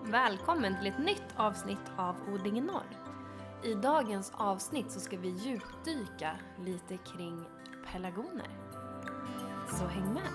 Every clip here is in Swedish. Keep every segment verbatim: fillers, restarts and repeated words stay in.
Välkommen till ett nytt avsnitt av Odling i norr. I dagens avsnitt så ska vi djupdyka lite kring pelargoner. Så häng med!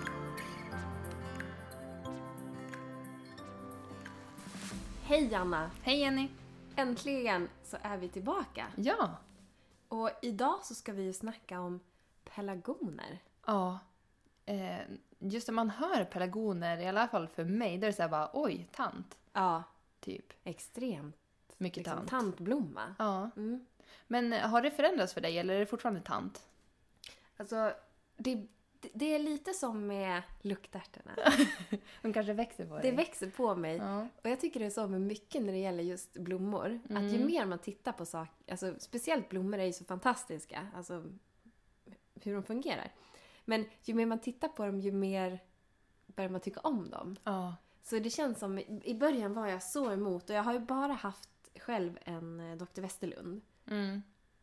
Hej Anna! Hej Jenny! Äntligen så är vi tillbaka. Ja! Och idag så ska vi ju snacka om pelargoner. Ja. Eh, just när man hör pelargoner, i alla fall för mig, då är det såhär bara, oj, tant. Ja. Typ. Extremt. Mycket liksom, tant. Tantblomma. Ja. Mm. Men har det förändrats för dig, eller är det fortfarande tant? Alltså, det, det är lite som med luktärtorna. De kanske växer på dig. Det växer på mig. Ja. Och jag tycker det är så med mycket när det gäller just blommor. Mm. Att ju mer man tittar på saker, alltså speciellt blommor är ju så fantastiska. Alltså hur de fungerar. Men ju mer man tittar på dem, ju mer börjar man tycka om dem. Ja. Så det känns som, i början var jag så emot. Och jag har ju bara haft själv en doktor Westerlund. Mm.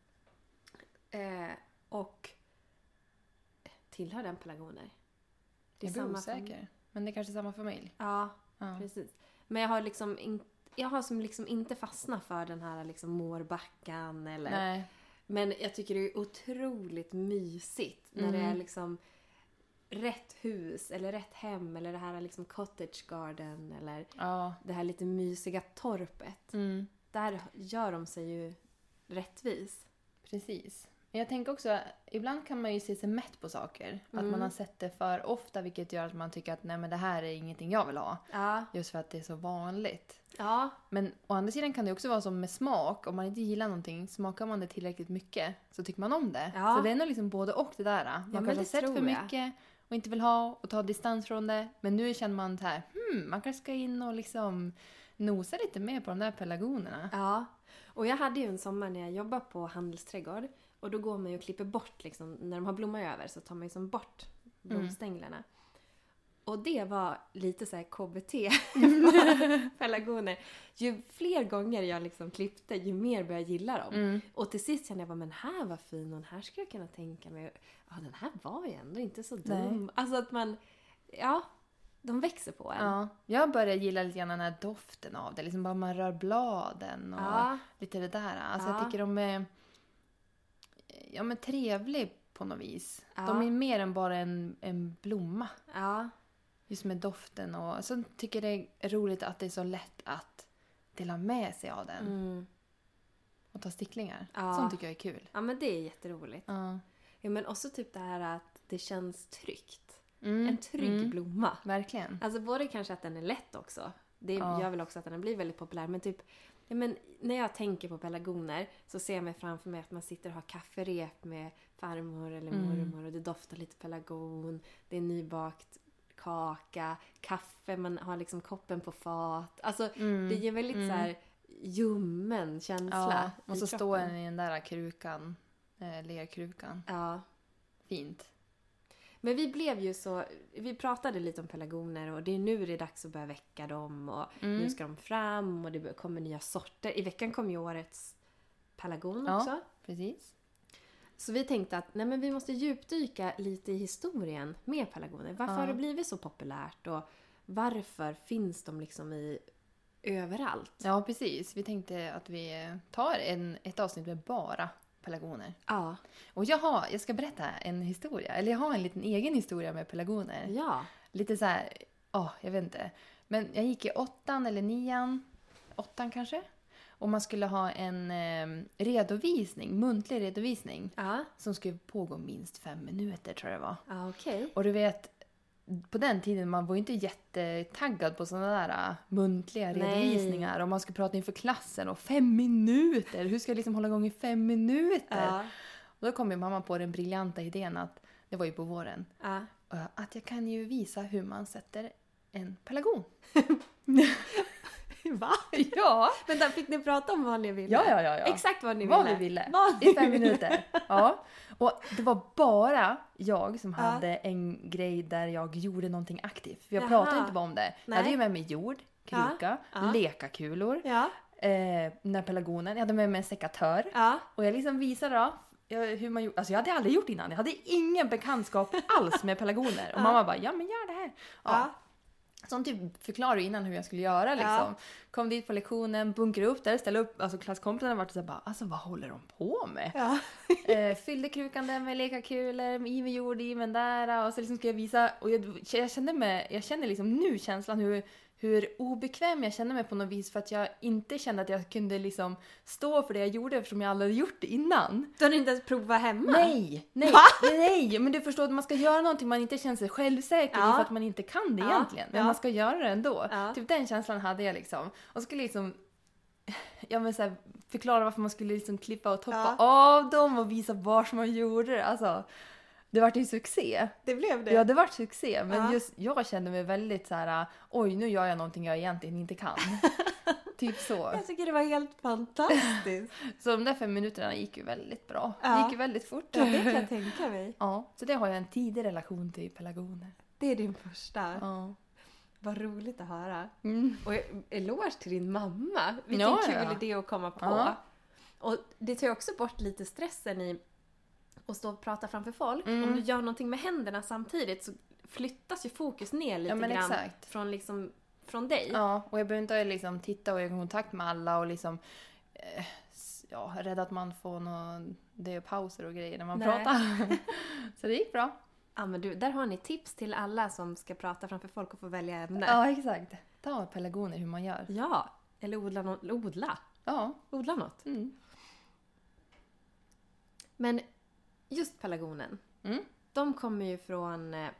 Eh, och tillhör den pelargoner. Det är Jag blir samma osäker. fam- Men det är kanske samma familj. Ja, Ja. precis. Men jag har liksom in, jag har som liksom inte fastnat för den här liksom mårbackan eller. Nej. Men jag tycker det är otroligt mysigt när Mm. det är liksom rätt hus eller rätt hem eller det här liksom cottage garden eller Ja. det här lite mysiga torpet. Mm. Där gör de sig ju rättvis. Precis. Men jag tänker också, ibland kan man ju se sig mätt på saker. Att Mm. man har sett det för ofta, vilket gör att man tycker att nej, men det här är ingenting jag vill ha. Ja. Just för att det är så vanligt. Ja. Men å andra sidan kan det också vara som med smak. Om man inte gillar någonting, smakar man det tillräckligt mycket så tycker man om det. Ja. Så det är nog liksom både och det där. Man men kanske har det sett tror för jag. mycket och inte vill ha och ta distans från det. Men nu känner man så här, hmm, man kanske ska in och liksom nosa lite mer på de där pelargonerna. Ja. Och jag hade ju en sommar när jag jobbade på handelsträdgård. Och då går man ju och klipper bort, liksom, när de har blommor över så tar man ju som bort blomstänglarna. Och det var lite så här K B T pelargoner. Ju fler gånger jag liksom klippte, ju mer började jag gilla dem. Mm. Och till sist kände jag bara, men här var fin och den här skulle jag kunna tänka mig. Ja, den här var ju ändå inte så dum. Nej. Alltså att man, ja, de växer på en. Ja, jag börjar gilla lite grann den här doften av det. Liksom bara man rör bladen och Ja. lite det där. Alltså Ja. jag tycker de är ja, men trevlig på något vis. Ja. De är mer än bara en, en blomma. Ja. Just med doften och så tycker jag det är roligt att det är så lätt att dela med sig av den. Mm. Och ta sticklingar. Ja. Sånt tycker jag är kul. Ja, men det är jätteroligt. Ja. Ja, men också typ det här att det känns tryggt. Mm. En trygg mm. blomma. Verkligen. Alltså både kanske att den är lätt också. Det Ja. gör väl också att den blir väldigt populär. Men typ, ja, men när jag tänker på pelargoner så ser jag mig framför mig att man sitter och har kafferep med farmor eller Mm. mormor. Och det doftar lite pelargon. Det är nybakt kaka, kaffe, man har liksom koppen på fat. Alltså Mm. det ger väldigt Mm. så här ljummen känsla. Ja, och i så står kroppen. den i den där krukan. Eh, lerkrukan. Ja. Fint. Men vi blev ju så, vi pratade lite om pelargoner och det är nu det är dags att börja väcka dem och Mm. nu ska de fram och det kommer nya sorter. I veckan kom ju årets pelargon Ja. också. Precis. Så vi tänkte att nej, men vi måste djupdyka lite i historien med pelargoner. Varför Ja. har det blivit så populärt och varför finns de liksom i överallt? Ja, precis. Vi tänkte att vi tar en, ett avsnitt med bara pelargoner. Ja. Och jag, har, jag ska berätta en historia. Eller jag har en liten egen historia med pelargoner. Ja. Lite så här, ja, jag vet inte. Men jag gick i åttan eller nian, åttan kanske. Och man skulle ha en eh, redovisning, muntlig redovisning. Ja. Som skulle pågå minst fem minuter tror jag det var. Ja, okej. Och du vet, på den tiden man var ju inte jättetaggad på sådana där uh, muntliga Nej. redovisningar. Och man skulle prata inför klassen och fem minuter. Hur ska jag liksom hålla igång i fem minuter? Ja. Och då kom ju mamma på den briljanta idén att, det var ju på våren, Ja. uh, att jag kan ju visa hur man sätter en pelargon. Va? Ja, Vänta, fick ni prata om vad ni ville? ja, ja, ja. ja. Exakt vad ni Vad ville. vi ville. Vad I fem minuter. Ja. Och det var bara jag som Ja. hade en grej där jag gjorde någonting aktivt. För jag Jaha. pratade inte bara om det. Nej. Jag hade ju med mig jord, kruka, Ja. Ja. lekakulor, Ja. eh, den här pelargonen. Jag hade med mig en sekatör. Ja. Och jag liksom visade då jag- hur man gjorde. Alltså jag hade aldrig gjort innan. Jag hade ingen bekantskap alls med pelargoner. Och Ja. mamma bara, ja men gör det här. Ja. Ja. Som typ förklarade innan hur jag skulle göra liksom. Ja. Kom dit på lektionen, bunkrade upp där, ställde upp, alltså klasskompisarna var så här bara, alltså vad håller de på med? Ja. eh, fyllde krukan där med lekakulor, i med jord, i med där, och så liksom ska jag visa, och jag, jag kände mig, jag känner liksom nu känslan hur, hur obekväm jag kände mig på något vis, för att jag inte kände att jag kunde liksom stå för det jag gjorde eftersom jag aldrig hade gjort det innan. Du hade inte ens provat hemma? Nej, nej, Va? nej, men du förstår att man ska göra någonting man inte känner sig självsäker Ja. i för att man inte kan det Ja. egentligen. Men Ja. man ska göra det ändå. Ja. Typ den känslan hade jag liksom. Och så skulle jag liksom ja, men så här, förklara varför man skulle liksom klippa och toppa Ja. av dem och visa var man gjorde det. Alltså, det var ju succé. Det blev det? Ja, det var succé. Men Ja. just jag kände mig väldigt så här: oj, nu gör jag någonting jag egentligen inte kan. Typ så. Jag tycker det var helt fantastiskt. Så de där fem minuterna gick ju väldigt bra. Ja. Det gick ju väldigt fort. Ja, det kan jag tänka mig. Ja, så det har jag en tidig relation till pelargoner. Det är din första. Ja. Vad roligt att höra. Mm. Och eloge till din mamma. Vilken Ja, kul ja. idé att komma på. Ja. Och det tar ju också bort lite stressen i att stå och prata framför folk. Mm. Om du gör någonting med händerna samtidigt så flyttas ju fokus ner lite Ja, men grann exakt. från, liksom, från dig. Ja, och jag behöver inte liksom titta och ögonkontakt med alla och liksom eh, s- ja, rädd att man får någon, det är pauser och grejer när man Nej. pratar. Så det gick bra. Ja, men du, där har ni tips till alla som ska prata framför folk och få välja ämne. Ja, exakt. Ta pelargoner hur man gör. Ja, eller odla, no- odla. Ja. odla något. Mm. Men just pelargonen, Mm. de kommer ju från eh,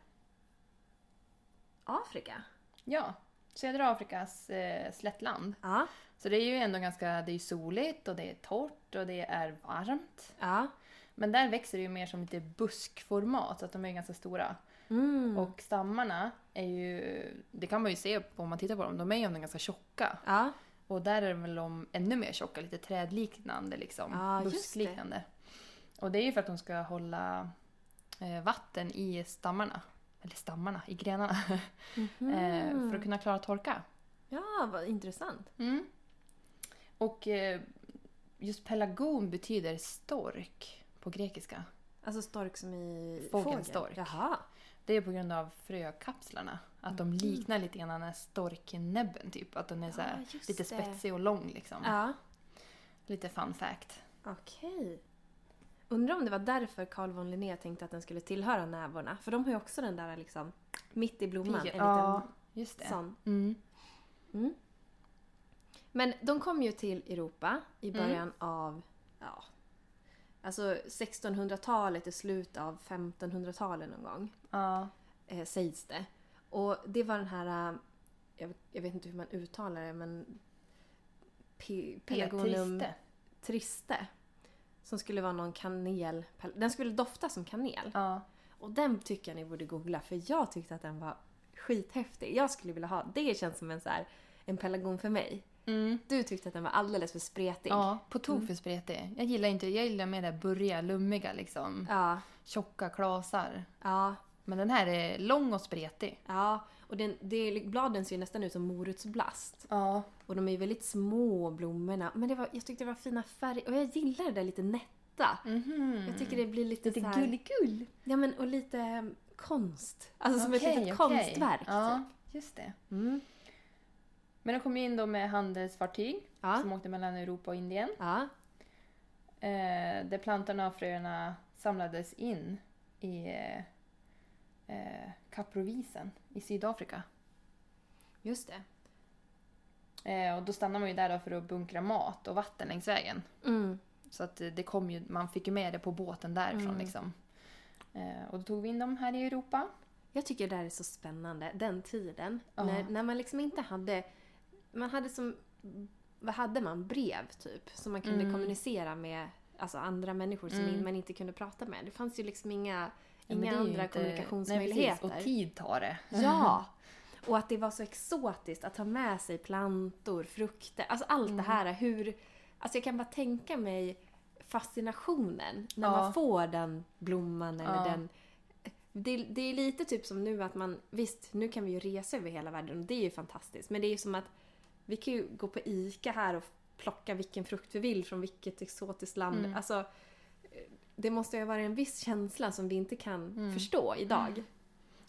Afrika. Ja, södra Afrikas eh, slättland. Ja, Så det är ju ändå ganska, det är ju soligt och det är torrt och det är varmt. ja. Men där växer det ju mer som lite buskformat, så att de är ganska stora. Mm. Och stammarna är ju, det kan man ju se på om man tittar på dem, de är ju ändå ganska tjocka. Ja, Och där är väl de ännu mer tjocka, lite trädliknande liksom, Ja, just buskliknande. Och det är ju för att de ska hålla eh, vatten i stammarna, eller stammarna, i grenarna, Mhm. eh, för att kunna klara torka. Ja, vad intressant. Mm. Och eh, just pelargon betyder stork på grekiska. Alltså stork som i Fågelstork. fågel. Jaha. Det är på grund av frökapslarna. Att de liknar lite grann den här storknäbben typ. Att den är så här, Ja, just lite det. spetsig och lång liksom. Ja, Lite fun fact. okej. Undrar om det var därför Carl von Linné tänkte att den skulle tillhöra nävorna. För de har ju också den där liksom mitt i blomman. En Ja, liten just det. sån. Mm. Mm. Men de kom ju till Europa i Mm. början av ja, alltså sextonhundratalet och slut av femtonhundratalet någon gång, Ja. eh, sägs det. Och det var den här, eh, jag, jag vet inte hur man uttalar det, men Pe- Pelargonium Triste. triste. Som skulle vara någon kanel. Den skulle dofta som kanel. Ja. Och den tycker jag ni borde googla, för jag tyckte att den var skithäftig. Jag skulle vilja ha, det känns som en så här, en pelargon för mig. Mm. Du tyckte att den var alldeles för spretig. Ja, på tok för spretig. Jag gillar inte, jag gillar mer det burriga, lummiga liksom. Ja, Tjocka klasar. ja, Men den här är lång och spretig. ja. Och den, det, bladen ser ju nästan ut som morotsblast. Ja. Och de är ju väldigt små, blommorna. Men det var, jag tyckte det var fina färger. Och jag gillar det där lite nätta. Mhm. Jag tycker det blir lite, Lite så här, gulligull. Ja, men och lite eh, konst. Alltså som ett Okej, litet okej. konstverk. Ja, Typ. just det. Mm. Men de kom ju in då med handelsfartyg Ja. som åkte mellan Europa och Indien. Ja. Eh, där plantorna och fröerna samlades in i eh, eh, Kaprovisen i Sydafrika. Just det. Eh, och då stannade man ju där då för att bunkra mat och vatten längs vägen. Mm. Så att eh, det kom ju, man fick ju med det på båten därifrån Mm. liksom. Eh, och då tog vi in dem här i Europa. Jag tycker det där är så spännande, den tiden. Ja. När, när man liksom inte hade... Man hade som... Vad hade man? Brev, typ. Som man kunde Mm. kommunicera med alltså, andra människor som Mm. in, man inte kunde prata med. Det fanns ju liksom inga, Ja, men inga det är ju andra inte- kommunikationsmöjligheter. Nej, precis. Och tid tar det. Ja! Och att det var så exotiskt att ta med sig plantor, frukter. Alltså allt Mm. det här. Hur... Alltså jag kan bara tänka mig fascinationen när Ja. man får den blomman eller Ja. den... Det, det är lite typ som nu att man... Visst, nu kan vi ju resa över hela världen och det är ju fantastiskt. Men det är ju som att vi kan ju gå på Ica här och plocka vilken frukt vi vill från vilket exotiskt land. Mm. Alltså, det måste ju vara en viss känsla som vi inte kan Mm. förstå idag.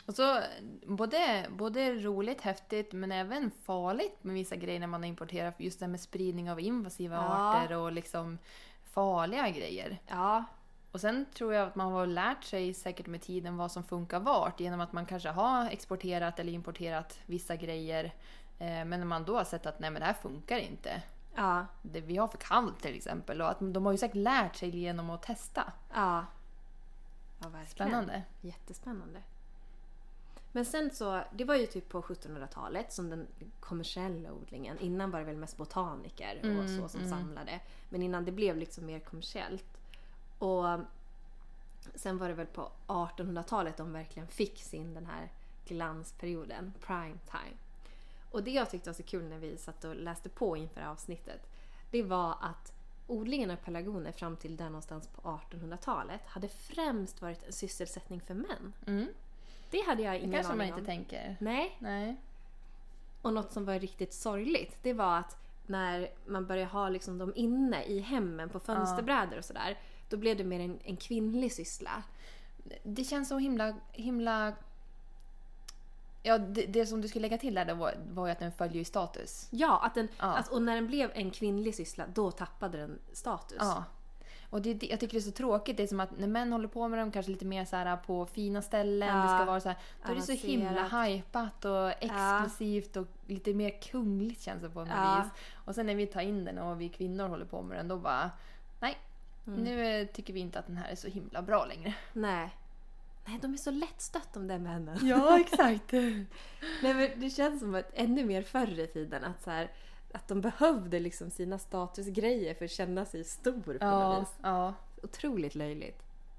Och så både, både roligt, häftigt men även farligt med vissa grejer när man importerar. Just det här med spridning av invasiva Ja. arter och liksom farliga grejer. Ja. Och sen tror jag att man har lärt sig säkert med tiden vad som funkar vart. Genom att man kanske har exporterat eller importerat vissa grejer. Eh, men när man då har sett att nej men det här funkar inte. Ja. Det, vi har för kallt till exempel. Och att de har ju säkert lärt sig genom att testa. Ja. Ja, verkligen. Spännande. Jättespännande. Men sen så, det var ju typ på sjuttonhundratalet som den kommersiella odlingen. Innan var det väl mest botaniker och Mm, så som mm. samlade. Men innan det blev liksom mer kommersiellt. Och sen var det väl på artonhundratalet de verkligen fick sin den här glansperioden, prime time. Och det jag tyckte var så kul när vi satt och läste på inför avsnittet, det var att odlingen av pelargoner fram till där någonstans på artonhundratalet hade främst varit en sysselsättning för män. Mm. Det hade jag Det ingen kanske man aning inte om. tänker. Nej. Nej. Och något som var riktigt sorgligt, det var att när man började ha liksom dem inne i hemmen på fönsterbrädor och sådär, då blev det mer en, en kvinnlig syssla. Det känns så himla... himla... Ja, det, det som du skulle lägga till där då var, var ju att den följer i status. Ja, att den, Ja. att, och när den blev en kvinnlig syssla, då tappade den status. Ja. Och det, det, jag tycker det är så tråkigt. Det är som att när män håller på med dem kanske lite mer så här på fina ställen. Ja. Det ska vara så här, då är det så Avancerat. himla hypat och exklusivt och lite mer kungligt känns det på något Ja. vis. Och sen när vi tar in den och vi kvinnor håller på med den, då bara nej, Mm. nu eh, tycker vi inte att den här är så himla bra längre. Nej. Nej, de är så lättstött de där männen. Ja, exakt. Nej, men det känns som att ännu mer förr i tiden att så här, att de behövde liksom sina statusgrejer för att känna sig stor på något Ja, vis. ja. Otroligt löjligt.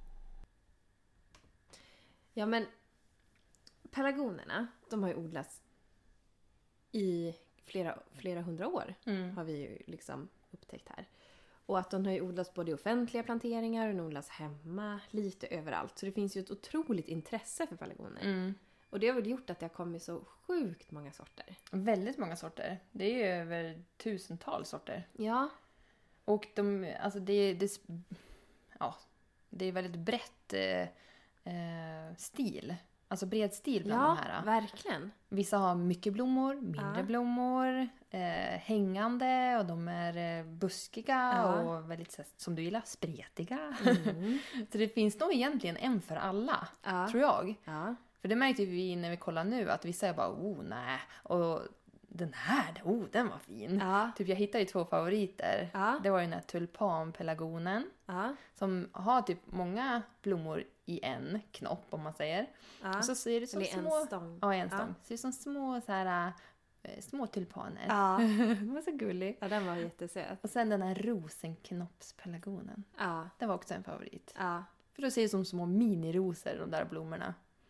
Ja, men pelargonerna, de har ju odlats i flera, flera hundra år, Mm. har vi ju liksom upptäckt här. Och att de har ju odlats både i offentliga planteringar och de odlas hemma, lite överallt. Så det finns ju ett otroligt intresse för pelargoner. Mm. Och det har väl gjort att det har kommit så sjukt många sorter. Väldigt många sorter. Det är ju över tusentals sorter. Ja. Och de, alltså det, det, ja, det är väldigt brett eh, eh, stil. Alltså bred stil bland Ja, de här. verkligen. Vissa har mycket blommor, mindre Ja. blommor, eh, hängande och de är eh, buskiga Ja. och väldigt, så- som du gillar, spretiga. Mm. Så det finns nog egentligen en för alla, Ja. tror jag. Ja. För det märkte vi när vi kollar nu, att vissa är bara oh nej, och den här, oh den var fin. Ja. Typ jag hittade ju två favoriter. Ja. Det var ju den här tulpanpelargonen Ja. som har typ många blommor i en knopp om man säger. Ja. Och så ser det som Eller en små... stång. Ja, en Ja. stång. Ser ut som små så här äh, små tulpaner. Ja. Det var så gullig. Ja, den var jättesöt. Och sen den här rosenknoppspelargonen. Ja. Det var också en favorit. Ja. För då ser det som små minirosor de där blommorna.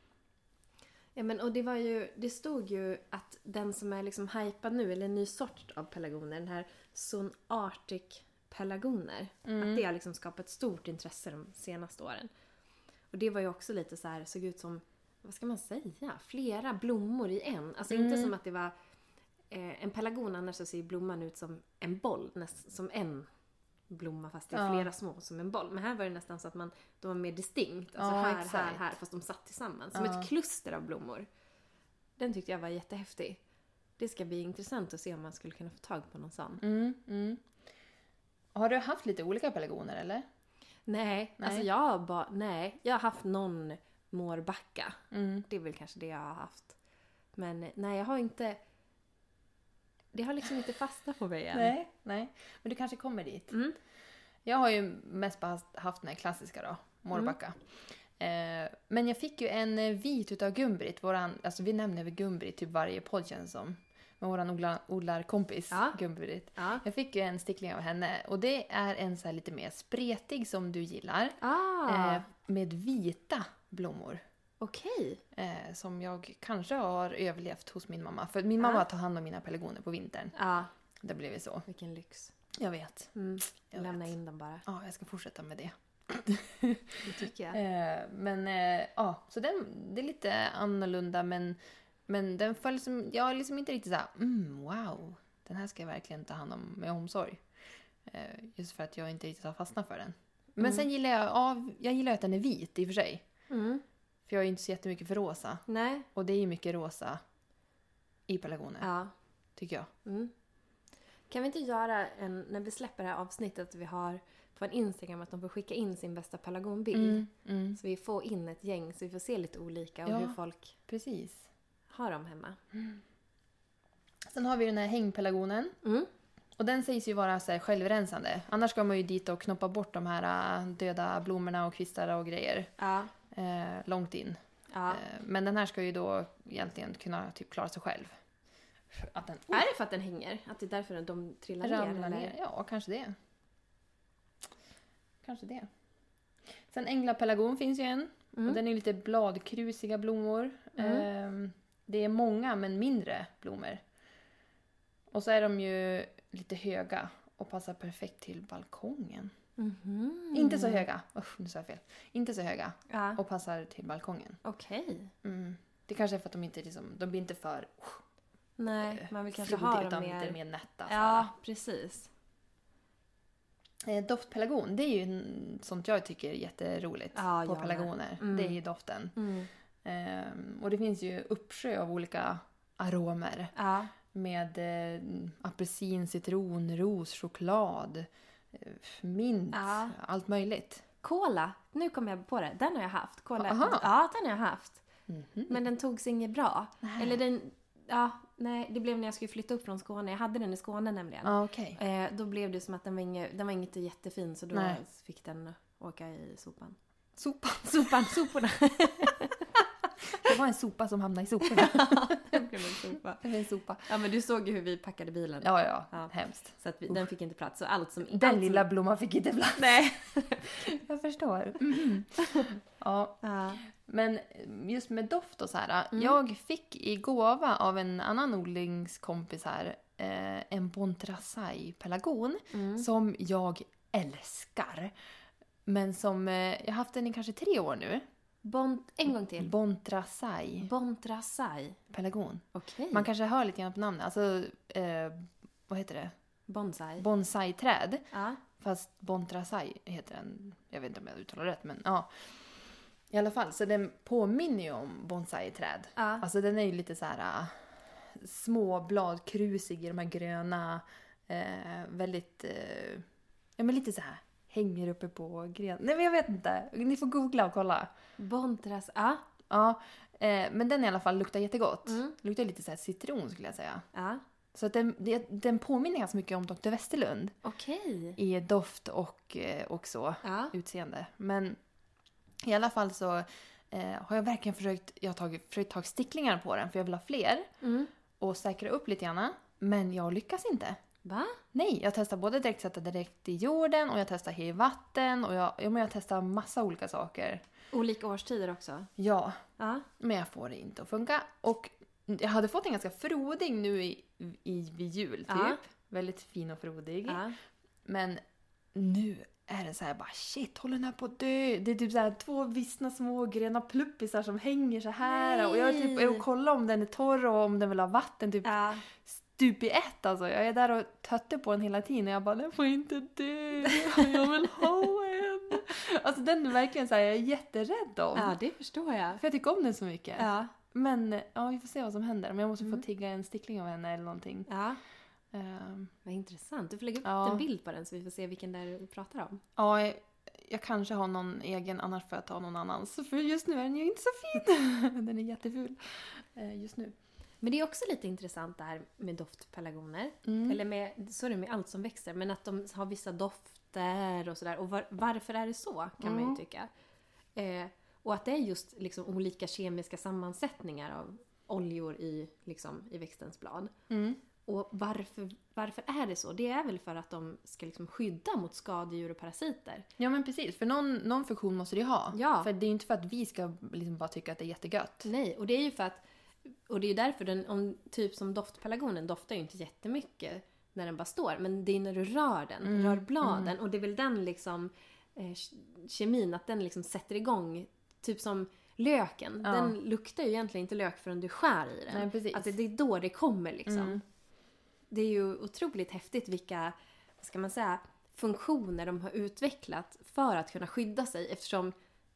Ja, men och det var ju, det stod ju att den som är liksom hypad nu, eller en ny sort av pelargoner, den här Sun Arctic pelargoner, Mm. att det har liksom skapat stort intresse de senaste åren. Och det var ju också lite så här, såg ut som, vad ska man säga, flera blommor i en. Alltså inte Mm. som att det var eh, en pelargon, annars så ser blomman ut som en boll, näst, som en blomma fast det är Ja. flera små som en boll. Men här var det nästan så att man, de var mer distinkt. Alltså Ja, här, här, exakt. här, fast de satt tillsammans. Som Ja. ett kluster av blommor. Den tyckte jag var jättehäftig. Det ska bli intressant att se om man skulle kunna få tag på någon sån. Mm, mm. Har du haft lite olika pelargoner eller? Nej, Nej. alltså jag har bara, nej. Jag har haft någon mårbacka. Mm. Det är väl kanske det jag har haft. Men nej, jag har inte, det har liksom inte fastnat på mig än. Nej, nej. Men du kanske kommer dit. Mm. Jag har ju mest bara haft den här klassiska då, Mårbacka. Eh, men jag fick ju en eh, vit utav Gumbrit, våran, alltså vi nämner väl Gumbrit typ varje podd känns som. Med våran odlar, odlarkompis Ja. Gumbrit. Ja. Jag fick ju en stickling av henne och det är en så här lite mer spretig som du gillar. Ah, Eh, med vita blommor. okej. Eh, som jag kanske har överlevt hos min mamma. För min Ja. mamma tar hand om mina pelargoner på vintern. Ja, Det blev ju så. vilken lyx. Jag vet. Mm. Jag Lämna vet. in dem bara. Ja, jag ska fortsätta med det. Det tycker jag. Eh, men eh, ja, så den, det är lite annorlunda men, men den följer som, jag är liksom inte riktigt såhär, mm, wow, den här ska jag verkligen ta hand om med omsorg. Eh, just för att jag inte riktigt har fastnat för den. Men Mm. sen gillar jag, ja, jag gillar att den är vit i och för sig. Mm. För jag är inte så jättemycket för rosa. Nej. Och det är ju mycket rosa i pelargoner. Ja. Tycker jag. Mm. Kan vi inte göra en, när vi släpper det här avsnittet, att vi har på en Instagram att de får skicka in sin bästa pelargonbild. Mm, mm. Så vi får in ett gäng så vi får se lite olika och Ja, hur folk precis. har dem hemma. Mm. Sen har vi den här hängpelargonen. Mm. Och den sägs ju vara så här självrensande. Annars ska man ju dit och knoppa bort de här äh, döda blommorna och kvistar och grejer. Ja. Eh, långt in. Ja. Eh, men den här ska ju då egentligen kunna typ klara sig själv. Att den Är det för att den hänger? Att det är därför de trillar ner? ramlar Eller? ner. Ja, kanske det. Kanske det. Sen änglapelargon finns ju en. Mm. Och den är lite bladkrusiga blommor. Mm. Eh, det är många men mindre blommor. Och så är de ju lite höga och passar perfekt till balkongen. Mhm. Inte så höga. Usch, nu sa jag fel. Inte så höga Ja. och passar till balkongen. Okej. Mm. Det kanske är för att de inte liksom, de blir inte för Nej, man vill kanske flodiga, ha dem utan mer... lite mer nätta. Ja, precis. Eh, doftpelargon, det är ju en- sånt jag tycker är jätteroligt Ja, på jag pelargoner. med. Mm. Det är ju doften. Mm. Ehm, och det finns ju uppsjö av olika aromer. Ja. Med eh, apelsin, citron, ros, choklad, eh, mint, Ja. allt möjligt. Cola, nu kom jag på det. Den har jag haft. Cola. Aha. Ja, den har jag haft. Mhm. Men den tog sig inget bra. Nej. Eller den... Ja, nej, det blev när jag skulle flytta upp från Skåne. Jag hade den i Skåne nämligen. Ja, okej. Eh, då blev det som att den var, inget, den var inte jättefin, så då Nej. fick den åka i sopan. Sopa. Sopan, soporna. Det var en sopa som hamnade i soporna. Det blev en sopa. Det var en sopa. Ja, men du såg ju hur vi packade bilen. Ja, ja. Ja. Hemskt. Så att vi, den fick inte plats. Så allt som... Den allt lilla som, blomman fick inte plats. Nej. Jag förstår. Mhm. Ja, Ja. men just med doft och så här. Mm. Jag fick i gåva av en annan odlingskompis här eh, en Bontrasai pelargon Mm. som jag älskar. Men som, eh, jag har haft den i kanske tre år nu. Bont, en gång till. Bontrasai Bontrasai. pelargon. Okej. Man kanske hör lite grann på namnet. Alltså, eh, vad heter det? Bonsai. Bonsai-träd. Ja. Fast Bontrasai heter den. Jag vet inte om jag uttalar rätt, men ja. I alla fall, så den påminner ju om bonsai-träd. Ja. Alltså den är ju lite så här äh, små bladkrusig i de här gröna. Eh, väldigt, eh, ja men lite så här hänger uppe på gren. Nej men jag vet inte. Ni får googla och kolla. Bontras. Ja. Ja, eh, men den i alla fall luktar jättegott. Mm. Luktar lite så här citron skulle jag säga. Ja. Så att den, det- den påminner ganska mycket om doktor Westerlund. Okej. I doft och, eh, och så. Ja. Utseende. Men i alla fall så eh, har jag verkligen försökt, jag har tagit, försökt ta sticklingar på den för jag vill ha fler Mm. och säkra upp lite grann. Men jag lyckas inte. Va? Nej, jag testar både direkt sätta direkt i jorden och jag testar i vatten och jag, ja, men jag testar massa olika saker. Olika årstider också. Ja, Ja. men jag får det inte att funka. Och jag hade fått en ganska frodig nu i, i, vid jul typ. Ja. Väldigt fin och frodig. Ja. Men nu är det så här bara shit, håller den här på att dö? Det är typ så här två vissna små gröna pluppisar som hänger så här. Nej. Och jag är typ jag kollar om den är torr och om den vill ha vatten typ Ja. stup i ett alltså. Jag är där och tötte på den hela tiden och jag bara, den får inte dö. Jag vill ha en. Alltså den är verkligen så här, jag är jätterädd om. Ja, det förstår jag. För jag tycker om den så mycket. Ja. Men ja, vi får se vad som händer. Men jag måste Mm. få tigga en stickling av henne eller någonting. Ja. Um, Vad intressant. Du får lägga upp Ja. en bild på den så vi får se vilken där du pratar om. ja, jag, jag kanske har någon egen, annars får jag ta någon annans. För just nu är den ju inte så fin. Den är jätteful eh, just nu. Men det är också lite intressant det här med doftpelargoner. Mm. Eller med, så är det med allt som växer. Men att de har vissa dofter och sådär. Och var, varför är det så kan man Mm. ju tycka. Eh, och att det är just liksom olika kemiska sammansättningar av oljor i, liksom, i växtens blad. Mm. Och varför, varför är det så? Det är väl för att de ska liksom skydda mot skadedjur och parasiter. Ja men precis, för någon, någon funktion måste det ju ha. Ja. För det är ju inte för att vi ska liksom bara tycka att det är jättegött. Nej, och det är ju för att, och det är ju därför den, om, typ som doftpelargonen doftar ju inte jättemycket när den bara står. Men det är när du rör den, Mm, rör bladen. Och det är väl den liksom eh, kemin, att den liksom sätter igång. Typ som löken. Ja. Den luktar ju egentligen inte lök förrän du skär i den. Nej, precis. Att det, det är då det kommer liksom. Mm. Det är ju otroligt häftigt vilka, vad ska man säga, funktioner de har utvecklat för att kunna skydda sig. Eftersom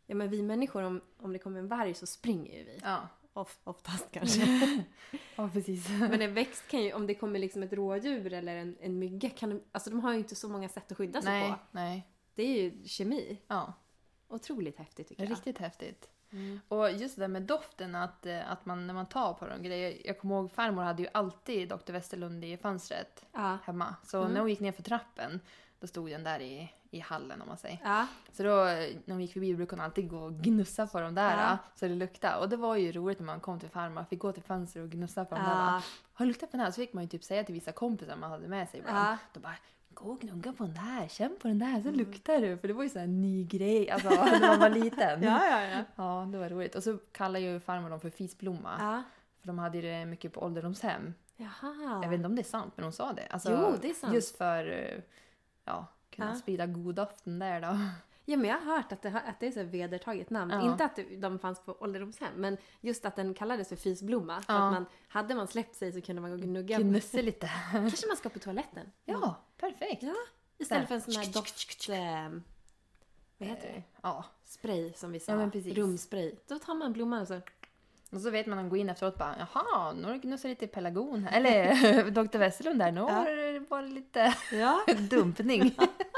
Ja, men vi människor, om, om det kommer en varg så springer ju vi. Ja. Of, oftast kanske. Ja, precis. Men en växt kan ju, om det kommer liksom ett rådjur eller en, en mygga, kan de, alltså de har ju inte så många sätt att skydda sig nej, på. Nej, Det är ju kemi. Ja. Otroligt häftigt tycker jag. Riktigt häftigt. Mm. Och just det där med doften, att, att man, när man tar på de grejer. Jag kommer ihåg, farmor hade ju alltid doktor Westerlund i fönstret Ja. hemma. Så Mm. när hon gick ner för trappen, då stod den där i, i hallen om man säger. Ja. Så då, när hon gick förbi, brukade hon alltid gå och gnussa på de där, Ja. så det luktade. Och det var ju roligt när man kom till farmor, fick gå till fönstret och gnussa på de där. Ja. Har du luktat på den här? Så fick man ju typ säga till vissa kompisar man hade med sig ibland. Ja. Då bara, gå och gnugga på den där, känn på den där, så luktar du. För det var ju så här en ny grej, alltså när man var liten. Ja, ja, ja. Ja, det var roligt. Och så kallar ju farmor dem för fisblomma. Ja. För de hade ju det mycket på ålderdomshem. Jaha. Jag vet inte om det är sant, men hon sa det. Alltså, Jo, det är sant. Just för, eh, ja, kunna Ja. sprida goddoften där då. Ja, men jag har hört att det, har- att det är så vedertaget namn. Ja. Inte att det- de fanns på ålderdomshem, men just att den kallades för fisblomma. För Ja. att man, hade man släppt sig så kunde man gå och gnugga. Gnussa lite. Kanske man ska på toaletten. Ja, perfekt. Ja. Istället Där. för en sån här doft... Eh, vad heter det? Eh, Ja. Spray som vi sa. Ja, men precis. Rumspray. Då tar man blomman och så... Och så vet man att man går in efteråt bara, jaha, nu har du gnussat lite pelargon här. Eller doktor Westerlund där, nu har det varit lite Ja. dumpning.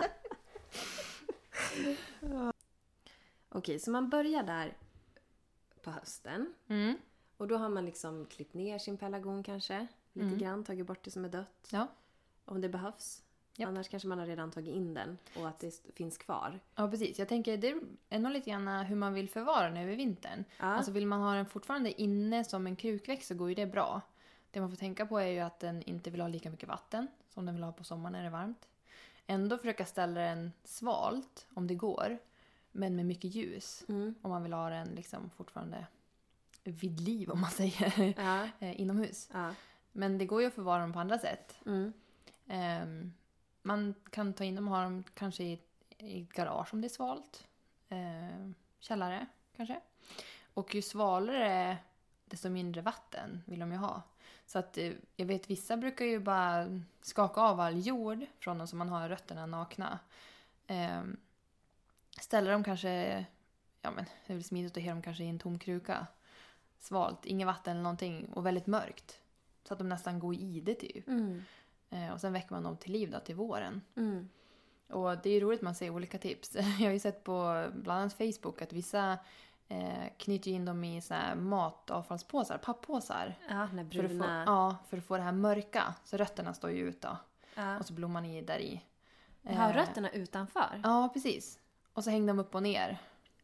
Okej, så man börjar där på hösten. Mm. Och då har man liksom klippt ner sin pelargon kanske. Lite Mm. grann, tagit bort det som är dött. Ja. Om det behövs. Japp. Annars kanske man har redan tagit in den och att det st- finns kvar. Ja, precis. Jag tänker, det är nog lite grann hur man vill förvara den över vintern. Ja. Alltså vill man ha den fortfarande inne som en krukväxt så går ju det bra. Det man får tänka på är ju att den inte vill ha lika mycket vatten som den vill ha på sommaren när det är varmt. Ändå försöka ställa den svalt om det går, men med mycket ljus. Mm. Om man vill ha den liksom fortfarande vid liv, om man säger, Ja. eh, inomhus. Ja. Men det går ju att förvara dem på andra sätt. Mm. Ehm, man kan ta in dem och ha dem kanske i, i ett garage om det är svalt. Ehm, källare kanske. Och ju svalare desto mindre vatten vill de ju ha. Så att eh, jag vet vissa brukar ju bara skaka av all jord från dem som man har rötterna nakna. Ehm, ställa dem kanske, ja men det är väl smidigt att ha dem kanske i en tom kruka. Svalt, inget vatten eller någonting och väldigt mörkt. Så att de nästan går i det typ. Mm. Eh, och sen väcker man dem till liv då till våren. Mm. Och det är ju roligt att man ser olika tips. Jag har ju sett på bland annat Facebook att vissa eh, knyter in dem i så här matavfallspåsar, papppåsar. Ja, den För att, få, bruna. ja, för att få det här mörka. Så rötterna står ju ut då. Ja. Och så blomman i där i. Har Eh, rötterna utanför? Ja, precis. Och så hänger de upp och ner.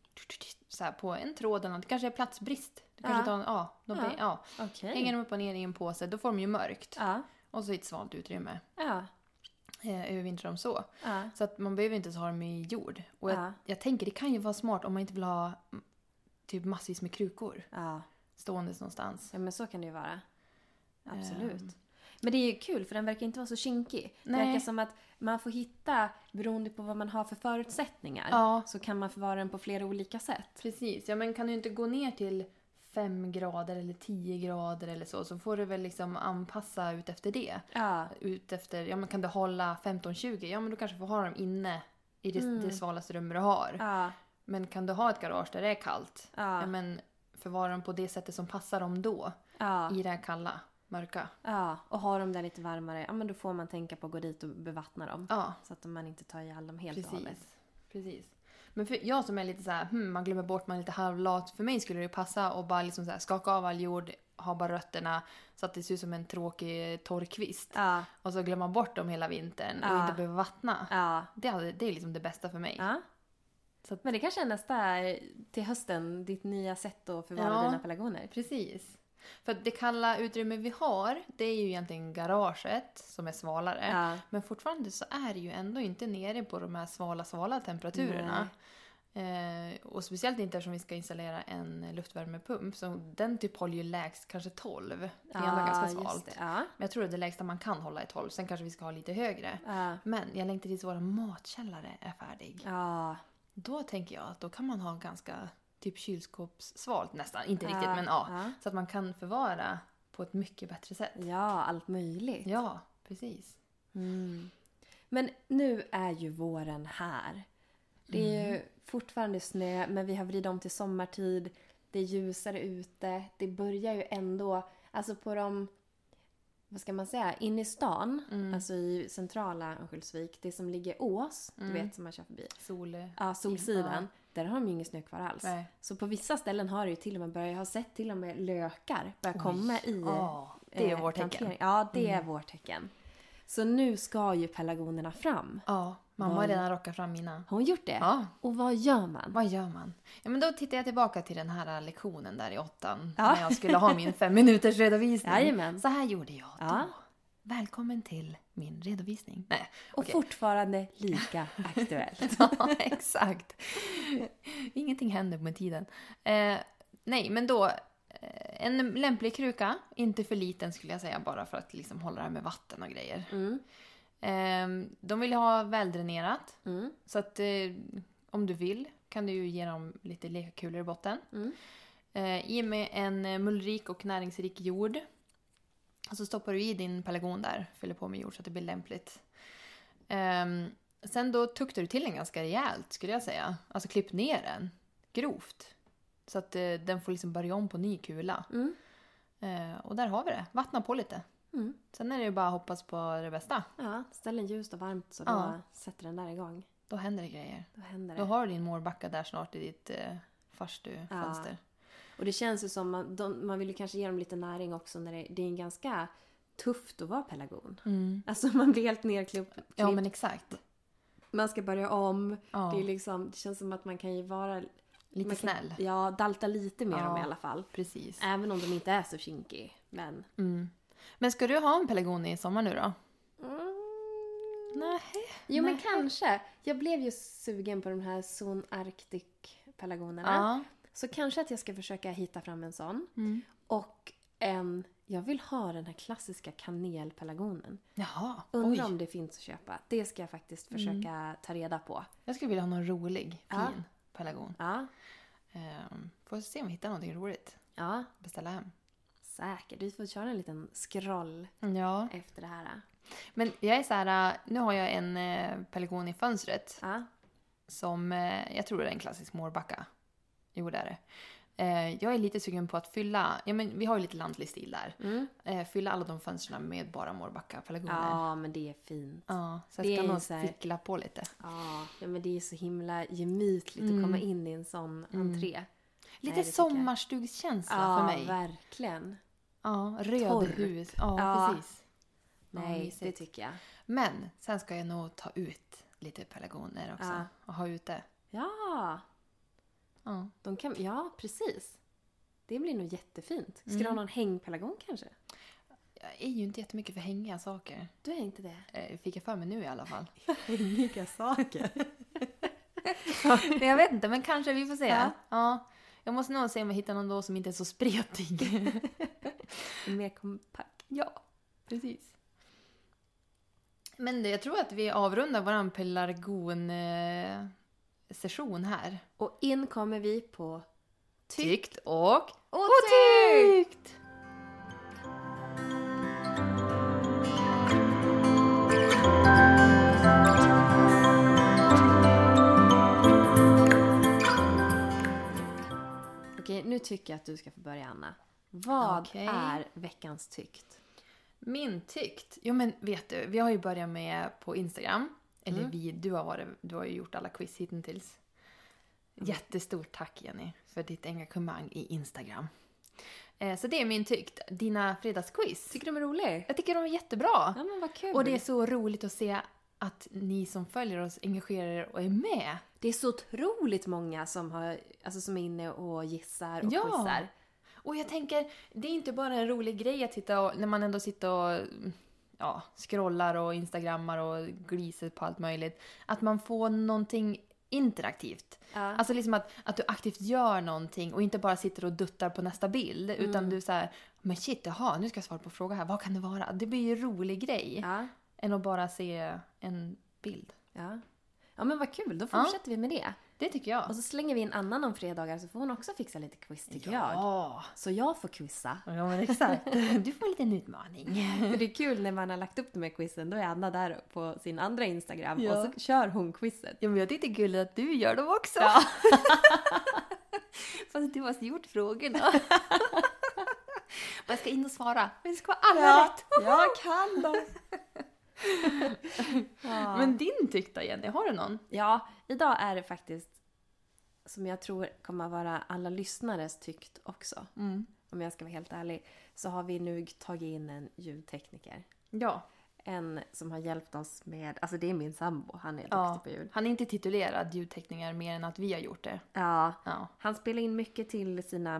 Så här på en tråd eller något. Det kanske är platsbrist. Det kanske Ja. tar en, ja, de blir, ja. Okej. Hänger de upp och ner i en påse, då får de ju mörkt. Ja. Och så i ett svalt utrymme. Ja. Eh, övervintrar de så. Ja. Så att man behöver inte ens ha dem i jord. Och jag, Ja. jag tänker, det kan ju vara smart om man inte vill ha mm, typ massvis med krukor Ja. ståendes någonstans. Ja, men så kan det ju vara. Absolut. Ehm. Men det är ju kul för den verkar inte vara så kinkig. Det Nej. verkar som att man får hitta, beroende på vad man har för förutsättningar, Ja. så kan man förvara den på flera olika sätt. Precis, ja men kan du inte gå ner till fem grader eller tio grader eller så, så får du väl liksom anpassa ut efter det. Ja. Ut efter, ja men kan du hålla femton tjugo, ja men du kanske får ha dem inne i det, Mm. det svalaste rummet du har. Ja. Men kan du ha ett garage där det är kallt, Ja. ja men förvara dem på det sättet som passar dem då. Ja. I det här kalla, mörka. Ja. Och har de där lite varmare, ja men då får man tänka på att gå dit och bevattna dem. Ja. Så att man inte tar ihjäl dem helt och hållet. Precis. Precis. Men för jag som är lite så här, hmm, man glömmer bort, man är lite halvlat. För mig skulle det passa att bara liksom så här, skaka av all jord, ha bara rötterna så att det ser ut som en tråkig torrkvist. Ja. Och så glömma bort dem hela vintern och Ja. inte behöva vattna. Ja. Det, hade, det är liksom det bästa för mig. Ja. Så att, Men det kanske är nästa, eh, till hösten, ditt nya sätt att förvara Ja. dina pelargoner. precis. För att det kalla utrymme vi har, det är ju egentligen garaget som är svalare. Ja. Men fortfarande så är det ju ändå inte nere på de här svala, svala temperaturerna. Eh, och speciellt inte eftersom vi ska installera en luftvärmepump. Så den typ håller ju lägst kanske tolv. Det är ändå ganska just svalt. det. Ja. Men jag tror att det lägsta man kan hålla är tolv. Sen kanske vi ska ha lite högre. Ja. Men jag längtar tills våra matkällare är färdig. Ja. Då tänker jag att då kan man ha ganska typ kylskåpssvalt nästan. Inte Ja. riktigt men ja. Ja. Så att man kan förvara på ett mycket bättre sätt. Ja, allt möjligt. Ja, precis. Mm. Men nu är ju våren här. Det är ju fortfarande snö, men vi har vridit om till sommartid. Det är ljusare ute. Det börjar ju ändå, alltså på de, vad ska man säga, inne i stan, Mm. alltså i centrala Örnsköldsvik, det som ligger ås, Mm. du vet, som man kör förbi. Sol. Ja, solsidan. Ja. Där har de ju ingen snö kvar alls. Nej. Så på vissa ställen har det ju till och med börjat, jag har sett till och med lökar börja Oj. komma i Ja, det är eh, vårt tecken. plantering. Ja, det är Mm. vårt tecken. Så nu ska ju pelargonerna fram. Ja, mamma har redan rockat fram mina. Har hon gjort det? Ja. Och vad gör man? Vad gör man? Ja, men då tittar jag tillbaka till den här lektionen där i åttan. Ja. När jag skulle ha min fem minuters redovisning. Jajamän. Så här gjorde jag då. Ja. Välkommen till min redovisning. Nej, Och okej. fortfarande lika aktuellt. Ja, exakt. Ingenting händer med tiden. Eh, nej, men då... eh, En lämplig kruka. Inte för liten skulle jag säga. Bara för att liksom hålla det här med vatten och grejer. Mm. Eh, de vill ha väldränerat. Mm. Så att eh, om du vill kan du ju ge dem lite lekakulor i botten. Mm. Eh, I med en eh, mullrik och näringsrik jord. Och så stoppar du i din pelargon där. Fyller på med jord så att det blir lämpligt. Ehm, sen då tuktar du till den ganska rejält skulle jag säga. Alltså klipp ner den. Grovt. Så att eh, den får liksom börja om på ny kula. Mm. Eh, och där har vi det. Vattna på lite. Mm. Sen är det ju bara att hoppas på det bästa. Ja, ställ den ljust och varmt så Ja. då sätter den där igång. Då händer det grejer. Då händer det. Då har du din mårbacka där snart i ditt eh, farstufönster. Och det känns ju som att de, man vill ju kanske ge dem lite näring också när det, det är en ganska tufft att vara pelargon. Mm. Alltså man blir helt nerklippt. Ja, men exakt. Man ska börja om. Ja. Det, är liksom, det känns som att man kan ju vara... Lite man kan, snäll. Ja, dalta lite med Ja. dem i alla fall. Precis. Även om de inte är så kinky. Men... Mm. Men ska du ha en pelargon i sommar nu då? Mm. Nej. Jo, men Nej. kanske. Jag blev ju sugen på de här Zone Arctic pelargonerna. Ja. Så kanske att jag ska försöka hitta fram en sån. Mm. Och en... Jag vill ha den här klassiska kanelpelargonen. Jaha. Undrar Oj. om det finns att köpa. Det ska jag faktiskt försöka ta reda på. Jag skulle vilja ha någon rolig, fin Ja. pelargon. Ja, Ehm, får se om vi hittar någonting roligt. ja, Beställa hem. säkert. Du får köra en liten scroll Ja. efter det här. Men jag är så här, äh, nu har jag en eh, pelargon i fönstret. Ja, Som, eh, jag tror det är en klassisk mårbacka. Jo, det är det. Eh, jag är lite sugen på att fylla, ja men vi har ju lite lantlig stil där. mm. Eh, fylla alla de fönstren med bara mårbacka pelargoner. Ja, men det är fint. Ja, så Det jag är ska nog så här- stickla på lite. Ja, ja, men det är så himla gemytligt Mm. att komma in i en sån Mm. entré. Lite det tycker jag. sommarstugskänsla Ja, för mig. verkligen. Ja, röd Torr. hus. Ja, Ja. precis. Ja, Nej, mysigt. det tycker jag. Men sen ska jag nog ta ut lite pelargoner också. Ja. Och ha ute. Ja, Ja. de kan, ja, precis. Det blir nog jättefint. Ska Mm. du ha någon hängpelargon kanske? Jag är ju inte jättemycket för hängiga saker. Du är inte det? Eh, fick jag för mig nu i alla fall. Hängiga saker? Nej, jag vet inte, men kanske vi får se. Ja. Ja. Jag måste nog se om jag hittar någon då som inte är så spretig. Mer kompakt. Ja, precis. Men det, jag tror att vi avrundar våran pelargon-session här. Och in kommer vi på Tyckt och otyckt! Okej, nu tycker jag att du ska få börja, Anna. Vad Okej. är veckans tyckt? Min tyckt. Jo, men vet du, vi har ju börjat med på Instagram. Eller Mm. vi, du har, varit, du har ju gjort alla quiz hittills. Jättestort tack, Jenny, för ditt engagemang i Instagram. Eh, så det är min tyckt. Dina fredagsquiz. Tycker du de är roliga? Jag tycker de är jättebra. Ja, men vad kul. Och det är så roligt att se att ni som följer oss engagerar er och är med. Det är så otroligt många som, har, alltså, som är inne och gissar och Ja. quizar. Och jag tänker, det är inte bara en rolig grej att titta och, när man ändå sitter och ja, scrollar och instagrammar och gliser på allt möjligt. Att man får någonting interaktivt. Ja. Alltså liksom att, att du aktivt gör någonting och inte bara sitter och duttar på nästa bild. Mm. Utan du så här, men shit, jaha, nu ska jag svara på fråga här. Vad kan det vara? Det blir ju en rolig grej. Ja. Än att bara se en bild. Ja. Ja, men vad kul. Då Ja. fortsätter vi med det. Det tycker jag. Och så slänger vi in Anna om fredagar så får hon också fixa lite quiz tycker ja. jag. Så jag får quizza. Ja men exakt. Du får en liten utmaning. För det är kul när man har lagt upp de här quizen. Då är Anna där på sin andra Instagram. Ja. Och så kör hon quizet. Ja men jag tyckte det är kul att du gör dem också. Ja. Fast du har gjort frågorna. Jag ska in och svara. Men det ska vara alla Ja, rätt. jag kan dem. Ja. Men din tyckta Jenny, har du någon? Ja, idag är det faktiskt som jag tror kommer att vara alla lyssnares tyckt också. Mm. Om jag ska vara helt ärlig. Så har vi nu tagit in en ljudtekniker. Ja. En som har hjälpt oss med, alltså det är min sambo, han är duktig ja. på ljud. Han är inte titulerad ljudtekniker mer än att vi har gjort det. Ja, Ja. han spelar in mycket till sina,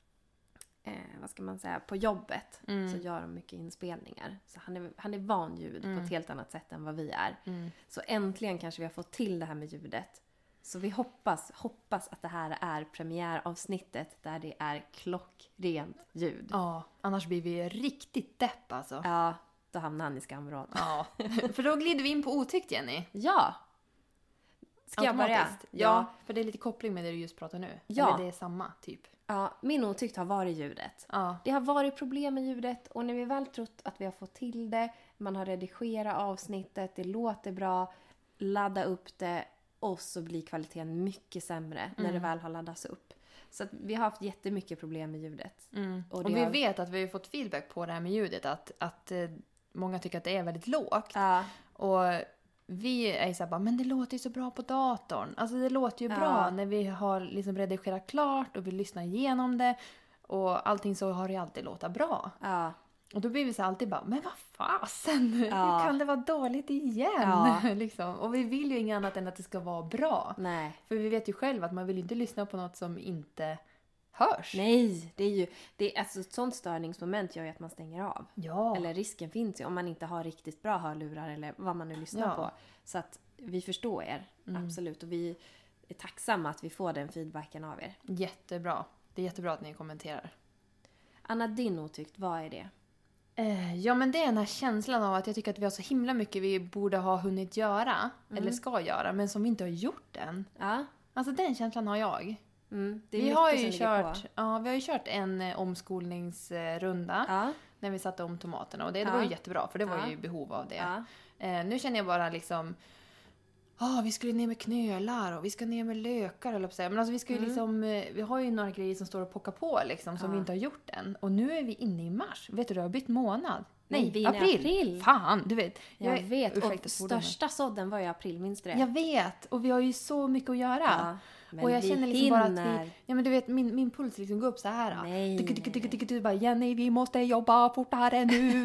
eh, vad ska man säga, på jobbet. Mm. Så gör de mycket inspelningar. Så han är, han är van ljud Mm. på ett helt annat sätt än vad vi är. Mm. Så äntligen kanske vi har fått till det här med ljudet. Så vi hoppas, hoppas att det här är premiäravsnittet där det är klockrent ljud. Ja, annars blir vi riktigt depp alltså. Ja, då hamnar han i skamvrån. Ja, för då glider vi in på otyckt, Jenny. Ja! Ska jag börja? Automatiskt. Ja, för det är lite koppling med det du just pratar nu. Ja. Eller det är samma, typ. Ja, min otyckt har varit ljudet. Ja. Det har varit problem med ljudet och när vi väl trott att vi har fått till det, man har redigerat avsnittet, det låter bra, ladda upp det och så blir kvaliteten mycket sämre mm. när det väl har laddats upp. Så att vi har haft jättemycket problem med ljudet. Mm. Och, Och, och det vi har... vet att vi har fått feedback på det här med ljudet, att, att eh, många tycker att det är väldigt lågt. Ja. Och vi är så här bara, men det låter ju så bra på datorn. Alltså det låter ju Ja. bra när vi har liksom redigerat klart och vi lyssnar igenom det. Och allting så har det alltid låtat bra. Ja. Och då blir vi så alltid bara, men vad fasen, Ja. hur kan det vara dåligt igen? Ja. liksom. Och vi vill ju inget annat än att det ska vara bra. Nej. För vi vet ju själv att man vill inte lyssna på något som inte hörs. Nej, det är ju det är, alltså, ett sånt störningsmoment gör ju att man stänger av. Ja. Eller risken finns ju om man inte har riktigt bra hörlurar eller vad man nu lyssnar Ja. på. Så att vi förstår er, Mm. absolut. Och vi är tacksamma att vi får den feedbacken av er. Jättebra. Det är jättebra att ni kommenterar. Anna, din otyckt, vad är det? Eh, ja, men det är den här känslan av att jag tycker att vi har så himla mycket vi borde ha hunnit göra. Mm. Eller ska göra, men som vi inte har gjort än. Ja, Alltså den känslan har jag. mm, det är Vi mycket har, som ju ligger kört, på. ja, vi har ju kört en eh, omskolningsrunda Ja, när vi satte om tomaterna. Och det, det Ja. var ju jättebra, för det var Ja. ju behov av det. ja, Eh, nu känner jag bara liksom... Ah, vi skulle ner med knölar och vi ska ner med lökar, eller på sig. Men alltså vi ska ju Mm. liksom... eh, Vi har ju några grejer som står och pockar på liksom, som Ja. vi inte har gjort än. Och nu är vi inne i mars. Vet du, det har bytt månad. Nej, vi är inne i april. Fan, du vet. jag är- vet. ursäkta Och svordomen. största sådden var i april, minns du det? Jag vet, och vi har ju så mycket att göra. Ja, men och jag vi känner liksom bara att hinner. vi... Ja, men du vet, min, min puls liksom går upp så här. Nej, Tycker, nej, tycker, tycker, nej. tycker du bara, Jenny, vi måste jobba fortare nu.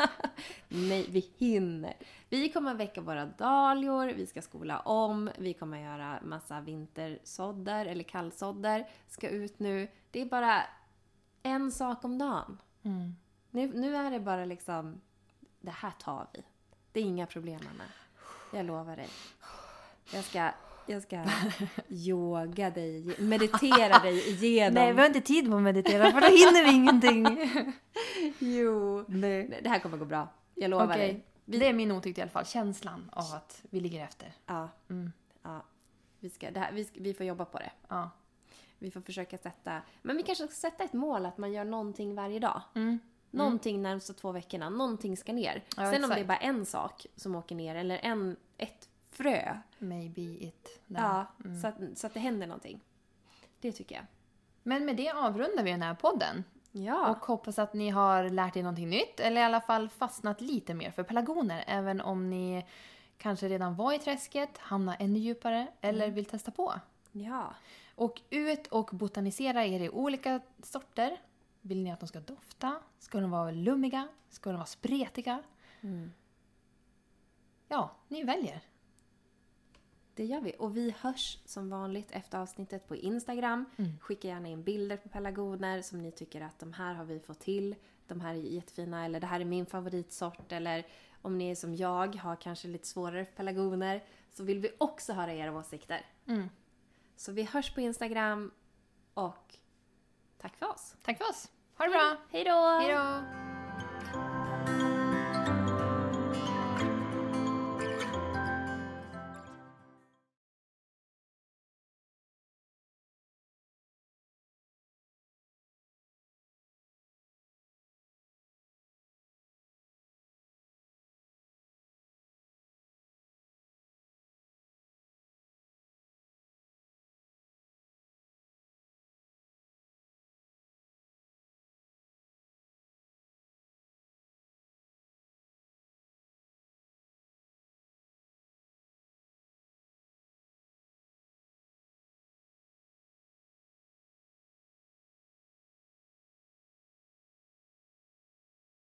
Nej, vi hinner. Vi kommer väcka våra dahlior, vi ska skola om, vi kommer göra massa vintersådder eller kallsådder. Ska ut nu. Det är bara en sak om dagen. Mm. Nu, nu är det bara liksom, det här tar vi. Det är inga problem, Anna. Jag lovar dig. Jag ska, jag ska yoga dig, meditera dig igenom. Nej, vi har inte tid på att meditera, för då hinner vi ingenting. Jo. Nej. Det här kommer gå bra. Jag lovar Okej, dig. Vi- det är min otykt i alla fall. Känslan av att vi ligger efter. Ja, Mm. ja. Vi, ska, det här, vi, ska, vi får jobba på det. Ja. Vi får försöka sätta... Men vi kanske ska sätta ett mål att man gör någonting varje dag. Mm. Någonting närmsta två veckorna. Någonting ska ner. Ja, Sen om exakt. det är bara en sak som åker ner eller en, ett frö. Maybe it. Där. Ja, Mm. så, att, så att det händer någonting. Det tycker jag. Men med det avrundar vi den här podden. Ja. Och hoppas att ni har lärt er någonting nytt. Eller i alla fall fastnat lite mer för pelargoner. Även om ni kanske redan var i träsket, hamnar ännu djupare. Eller Mm. vill testa på. Ja. Och ut och botanisera er i olika sorter. Vill ni att de ska dofta? Ska de vara lummiga? Ska de vara spretiga? Mm. Ja, ni väljer. Det gör vi. Och vi hörs som vanligt efter avsnittet på Instagram. Mm. Skicka gärna in bilder på pelargoner som ni tycker att de här har vi fått till. De här är jättefina. Eller det här är min favoritsort. Eller om ni är som jag har kanske lite svårare för pelargoner. Så vill vi också höra era åsikter. Mm. Så vi hörs på Instagram. Och tack för oss. Tack för oss. Ha det bra. Hej då! Hej då!